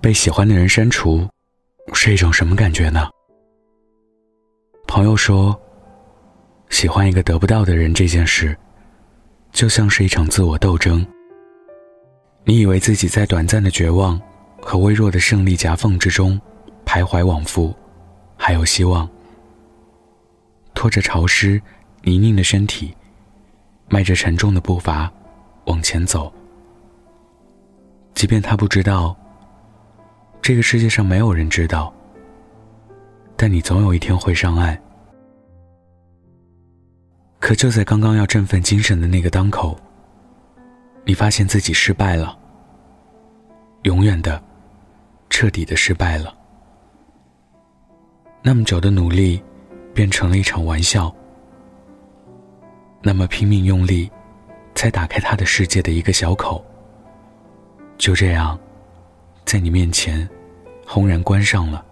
被喜欢的人删除是一种什么感觉呢？朋友说，喜欢一个得不到的人这件事，就像是一场自我斗争。你以为自己在短暂的绝望和微弱的胜利夹缝之中徘徊往复，还有希望。拖着潮湿泥泞的身体，迈着沉重的步伐往前走。即便他不知道，这个世界上没有人知道，但你总有一天会上岸。可就在刚刚要振奋精神的那个当口，你发现自己失败了，永远的、彻底的失败了。那么久的努力变成了一场玩笑，那么拼命用力才打开他的世界的一个小口，就这样在你面前轰然关上了。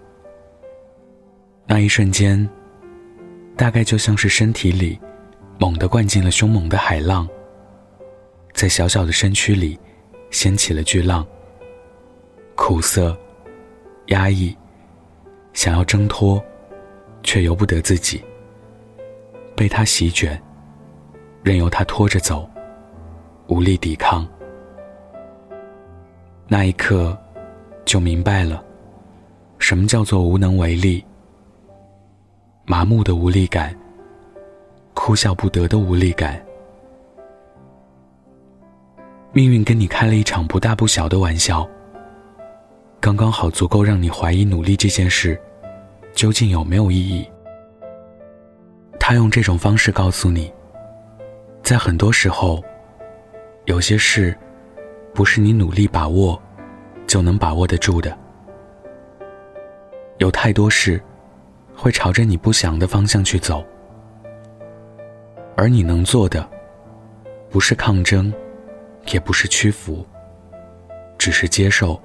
那一瞬间，大概就像是身体里猛地灌进了凶猛的海浪，在小小的身躯里掀起了巨浪，苦涩、压抑，想要挣脱，却由不得自己，被他席卷，任由他拖着走，无力抵抗。那一刻就明白了，什么叫做无能为力，麻木的无力感，哭笑不得的无力感。命运跟你开了一场不大不小的玩笑，刚刚好足够让你怀疑努力这件事究竟有没有意义。他用这种方式告诉你，在很多时候，有些事不是你努力把握就能把握得住的。有太多事会朝着你不想的方向去走，而你能做的不是抗争，也不是屈服，只是接受。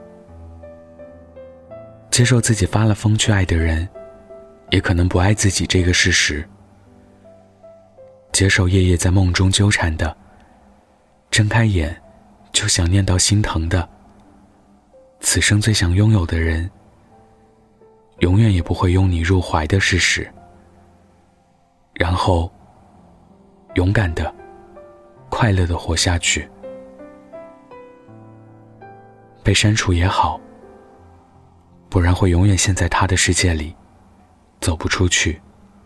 接受自己发了疯去爱的人也可能不爱自己这个事实，接受夜夜在梦中纠缠的，睁开眼就想念到心疼的，此生最想拥有的人永远也不会拥你入怀的事实，然后勇敢的、快乐的活下去。被删除也好，不然会永远陷在他的世界里，走不出去。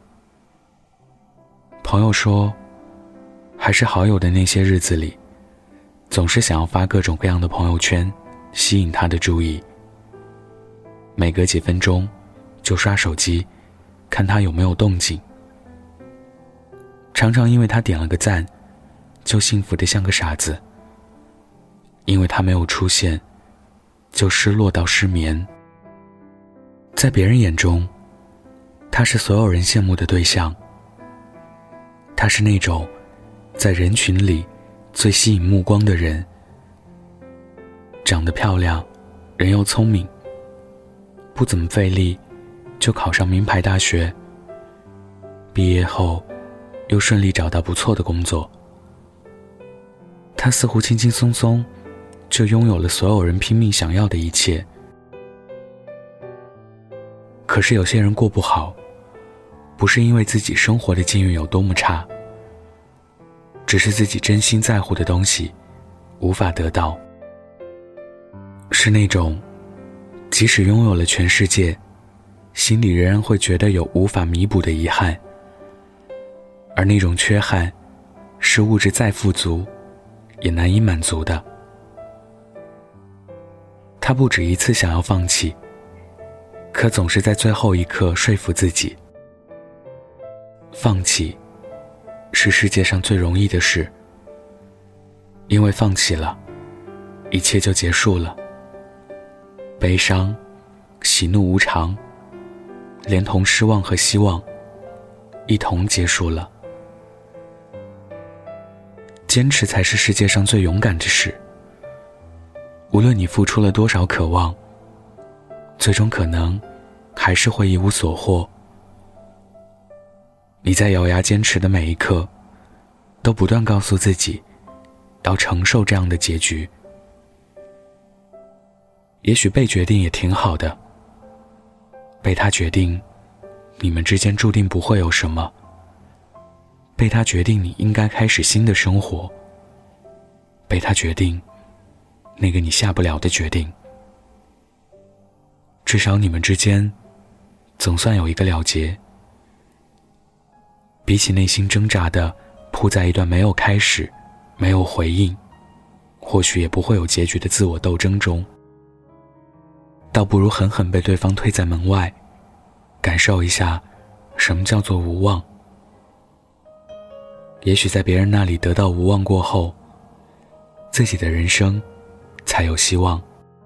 朋友说，还是好友的那些日子里，总是想要发各种各样的朋友圈，吸引他的注意。每隔几分钟就刷手机，看他有没有动静。常常因为他点了个赞，就幸福得像个傻子；因为他没有出现，就失落到失眠。在别人眼中，他是所有人羡慕的对象。他是那种在人群里最吸引目光的人，长得漂亮，人又聪明，不怎么费力就考上名牌大学，毕业后又顺利找到不错的工作。他似乎轻轻松松就拥有了所有人拼命想要的一切。可是有些人过不好，不是因为自己生活的境遇有多么差，只是自己真心在乎的东西无法得到。是那种即使拥有了全世界，心里仍然会觉得有无法弥补的遗憾，而那种缺憾是物质再富足也难以满足的。他不止一次想要放弃，可总是在最后一刻说服自己。放弃是世界上最容易的事，因为放弃了，一切就结束了。悲伤、喜怒无常，连同失望和希望，一同结束了。坚持才是世界上最勇敢的事。无论你付出了多少渴望，最终可能还是会一无所获。你在咬牙坚持的每一刻，都不断告诉自己要承受这样的结局。 也许被决定也挺好的，被他决定你们之间注定不会有什么，被他决定你应该开始新的生活，被他决定那个你下不了的决定。至少你们之间总算有一个了结，比起内心挣扎的扑在一段没有开始没有回应，或许也不会有结局的自我斗争中，倒不如狠狠被对方推在门外，感受一下什么叫做无望。也许在别人那里得到无望过后，自己的人生才有希望。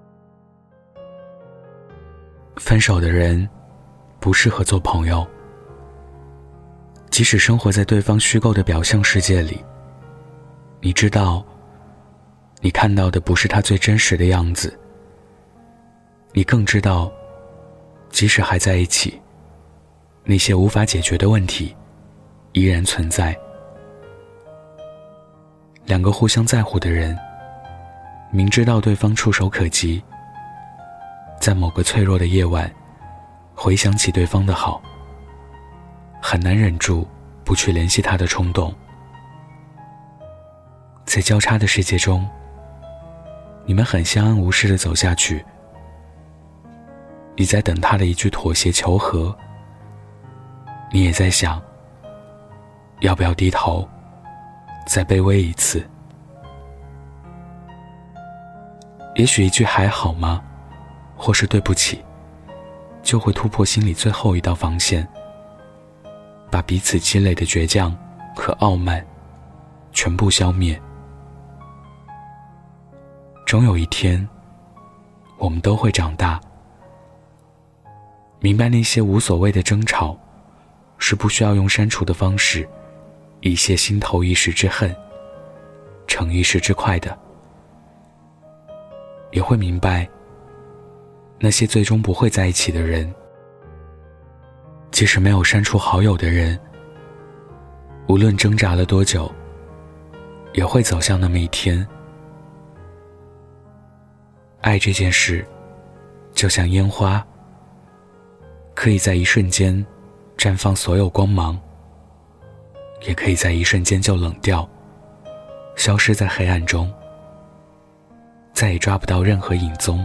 分手的人不适合做朋友，即使生活在对方虚构的表象世界里，你知道你看到的不是他最真实的样子，你更知道即使还在一起，那些无法解决的问题依然存在。两个互相在乎的人，明知道对方触手可及，在某个脆弱的夜晚回想起对方的好，很难忍住不去联系他的冲动。在交叉的世界中，你们很相安无事地走下去，你在等他的一句妥协求和，你也在想要不要低头再卑微一次。也许一句还好吗或是对不起，就会突破心里最后一道防线，把彼此积累的倔强和傲慢全部消灭。终有一天，我们都会长大，明白那些无所谓的争吵是不需要用删除的方式以泄心头一时之恨，成一时之快的。也会明白那些最终不会在一起的人，即使没有删除好友的人，无论挣扎了多久，也会走向那么一天。爱这件事就像烟花，可以在一瞬间绽放所有光芒，也可以在一瞬间就冷掉，消失在黑暗中，再也抓不到任何影踪。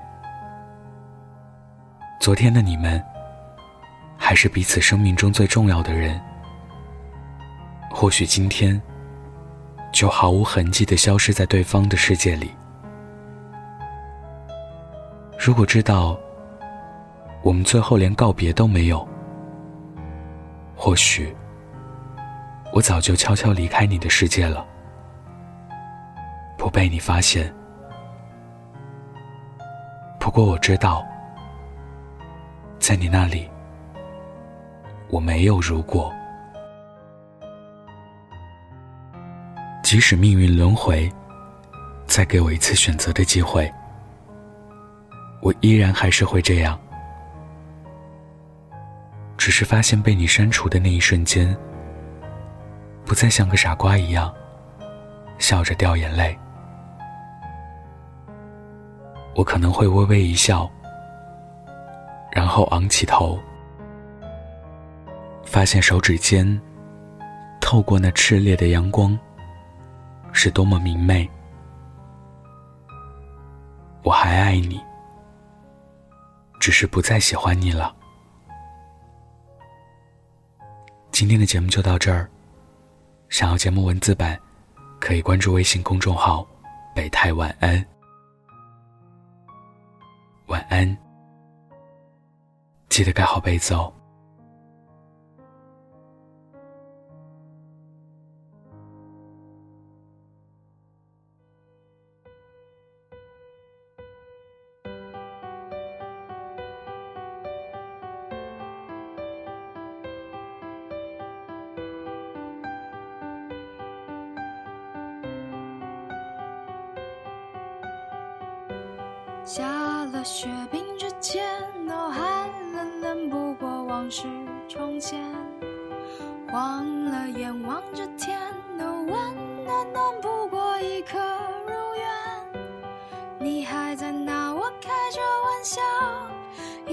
昨天的你们还是彼此生命中最重要的人，或许今天就毫无痕迹地消失在对方的世界里。如果知道我们最后连告别都没有，或许我早就悄悄离开你的世界了，不被你发现。不过我知道，在你那里我没有如果。即使命运轮回，再给我一次选择的机会，我依然还是会这样。只是发现被你删除的那一瞬间，不再像个傻瓜一样笑着掉眼泪。我可能会微微一笑，然后昂起头，发现手指间透过那炽烈的阳光是多么明媚。我还爱你，只是不再喜欢你了。今天的节目就到这儿，想要节目文字版可以关注微信公众号北太晚安。晚安，记得盖好被子哦。 下了雪冰之前都还冷冷，不过往事重现，晃了眼望着天都温暖暖，不过一刻如愿。你还在那，我开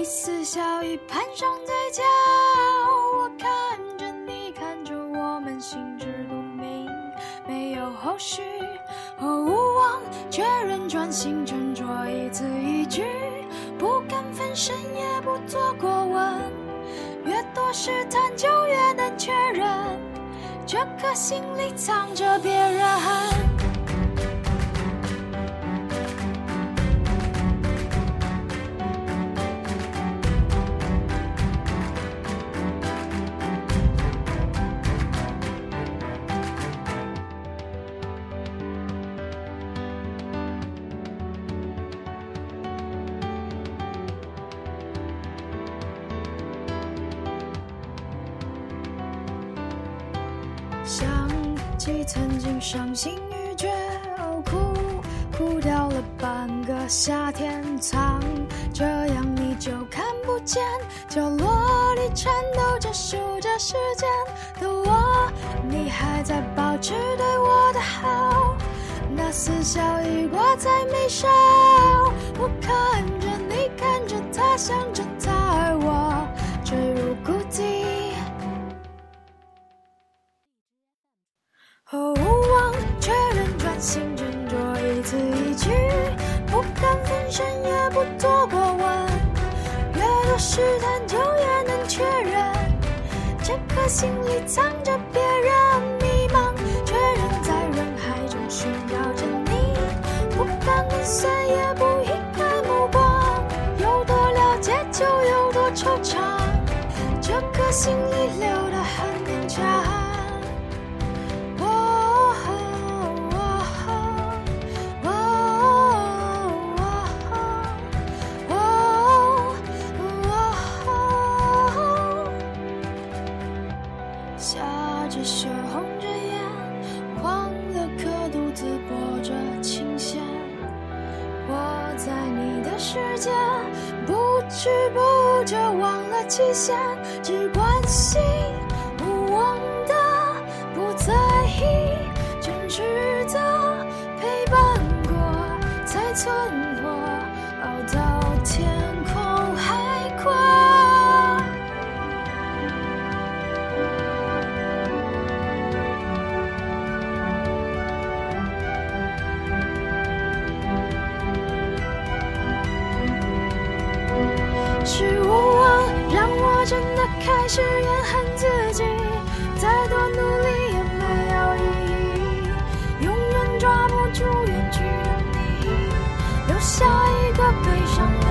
似笑意攀上嘴角，我看着你看着我们心知肚明，没有后续和无望，却仍专心斟酌一字一句，不敢分身也不做过问，越多试探就越能确认，这颗心里藏着别人。想起曾经伤心欲绝，哭掉了半个夏天，藏这样你就看不见，角落里颤抖着数着时间的我，你还在保持对我的好，那似笑意挂在眉梢，我看着你看着他想着他，而我坠入谷底和无望，却仍专心斟酌一字一句，不敢分身也不多过问，越多试探就越能确认，这颗心里藏着别人，迷茫却仍在人海中寻找着你，不敢跟随也不移开目光，有多了解就有多惆怅，这颗心里留得很勉强。下着雪红着眼，狂了颗独自拨着琴弦，我在你的世界不知不觉忘了期限，只关心无望的不在意，真实的陪伴过才存活，熬到天空海阔。是无望让我真的开始怨恨自己，再多努力也没有意义，永远抓不住远去的你，留下一个悲伤的